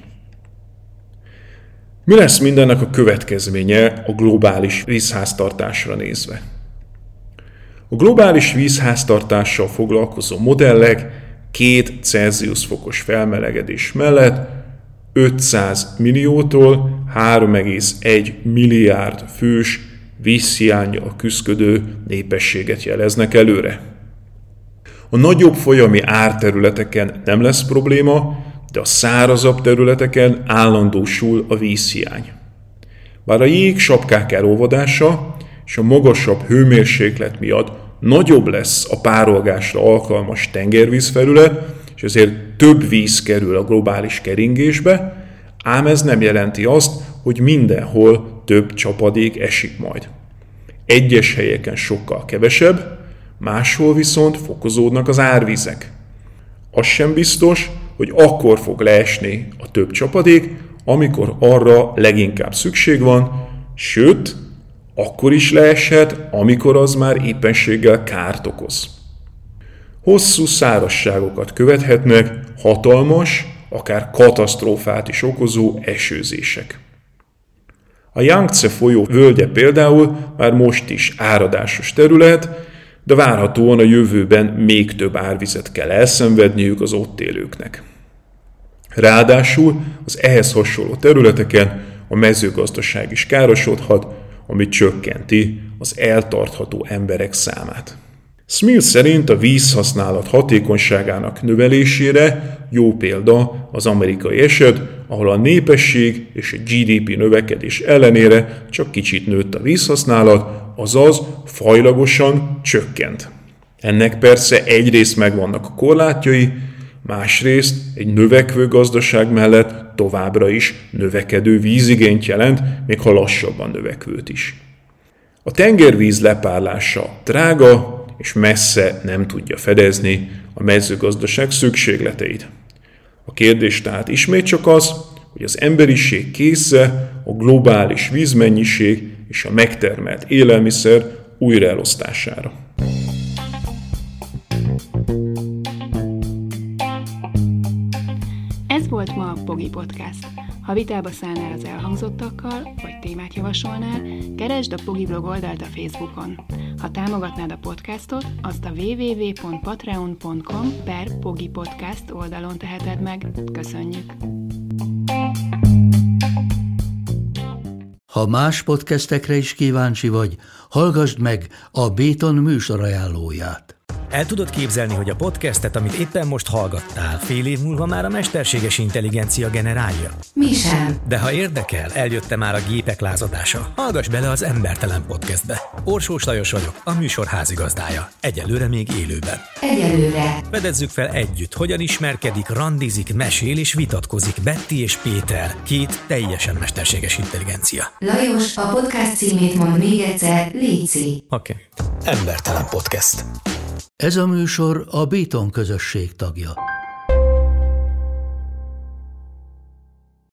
Mi lesz mindennek a következménye a globális vízháztartásra nézve? A globális vízháztartással foglalkozó modellek 2 Celsius fokos felmelegedés mellett 500 milliótól 3,1 milliárd fős vízhiánnyal küszködő népességet jeleznek előre. A nagyobb folyami árterületeken nem lesz probléma, de a szárazabb területeken állandósul a vízhiány. Bár a jégsapkák elolvadása és a magasabb hőmérséklet miatt nagyobb lesz a párolgásra alkalmas tengervízfelület, és ezért több víz kerül a globális keringésbe, ám ez nem jelenti azt, hogy mindenhol több csapadék esik majd. Egyes helyeken sokkal kevesebb, máshol viszont fokozódnak az árvizek. Az sem biztos, hogy akkor fog leesni a több csapadék, amikor arra leginkább szükség van, sőt, akkor is leeshet, amikor az már éppenséggel kárt okoz. Hosszú szárazságokat követhetnek hatalmas, akár katasztrófát is okozó esőzések. A Yangtze folyó völgye például már most is áradásos terület, de várhatóan a jövőben még több árvizet kell elszenvedniük az ott élőknek. Ráadásul az ehhez hasonló területeken a mezőgazdaság is károsodhat, ami csökkenti az eltartható emberek számát. Smith szerint a vízhasználat hatékonyságának növelésére jó példa az amerikai eset, ahol a népesség és a GDP növekedés ellenére csak kicsit nőtt a vízhasználat, azaz fajlagosan csökkent. Ennek persze egyrészt megvannak a korlátjai, másrészt egy növekvő gazdaság mellett továbbra is növekedő vízigényt jelent, még ha lassabban növekvőt is. A tengervíz lepárlása drága, és messze nem tudja fedezni a mezőgazdaság szükségleteit. A kérdés tehát ismét csak az, hogy az emberiség késze a globális vízmennyiség és a megtermelt élelmiszer újraelosztására. Ez volt ma a Pogi Podcast. Ha vitába szállnál az elhangzottakkal, vagy témát javasolnál, keresd a Pogi blog oldalt a Facebookon. Ha támogatnád a podcastot, azt a www.patreon.com/pogipodcast oldalon teheted meg. Köszönjük! Ha más podcastekre is kíváncsi vagy, hallgassd meg a Béton műsor ajánlóját. El tudod képzelni, hogy a podcastet, amit éppen most hallgattál, fél év múlva már a mesterséges intelligencia generálja? Mi sem. De ha érdekel, eljött már a gépek lázadása. Hallgass bele az Embertelen Podcastbe. Orsós Lajos vagyok, a műsor házigazdája. Egyelőre még élőben. Egyelőre. Fedezzük fel együtt, hogyan ismerkedik, randizik, mesél és vitatkozik Betty és Péter, két teljesen mesterséges intelligencia. Lajos, a podcast címét mond még egyszer, léci. Oké. Embertelen Podcast. Ez a műsor a Béton közösség tagja.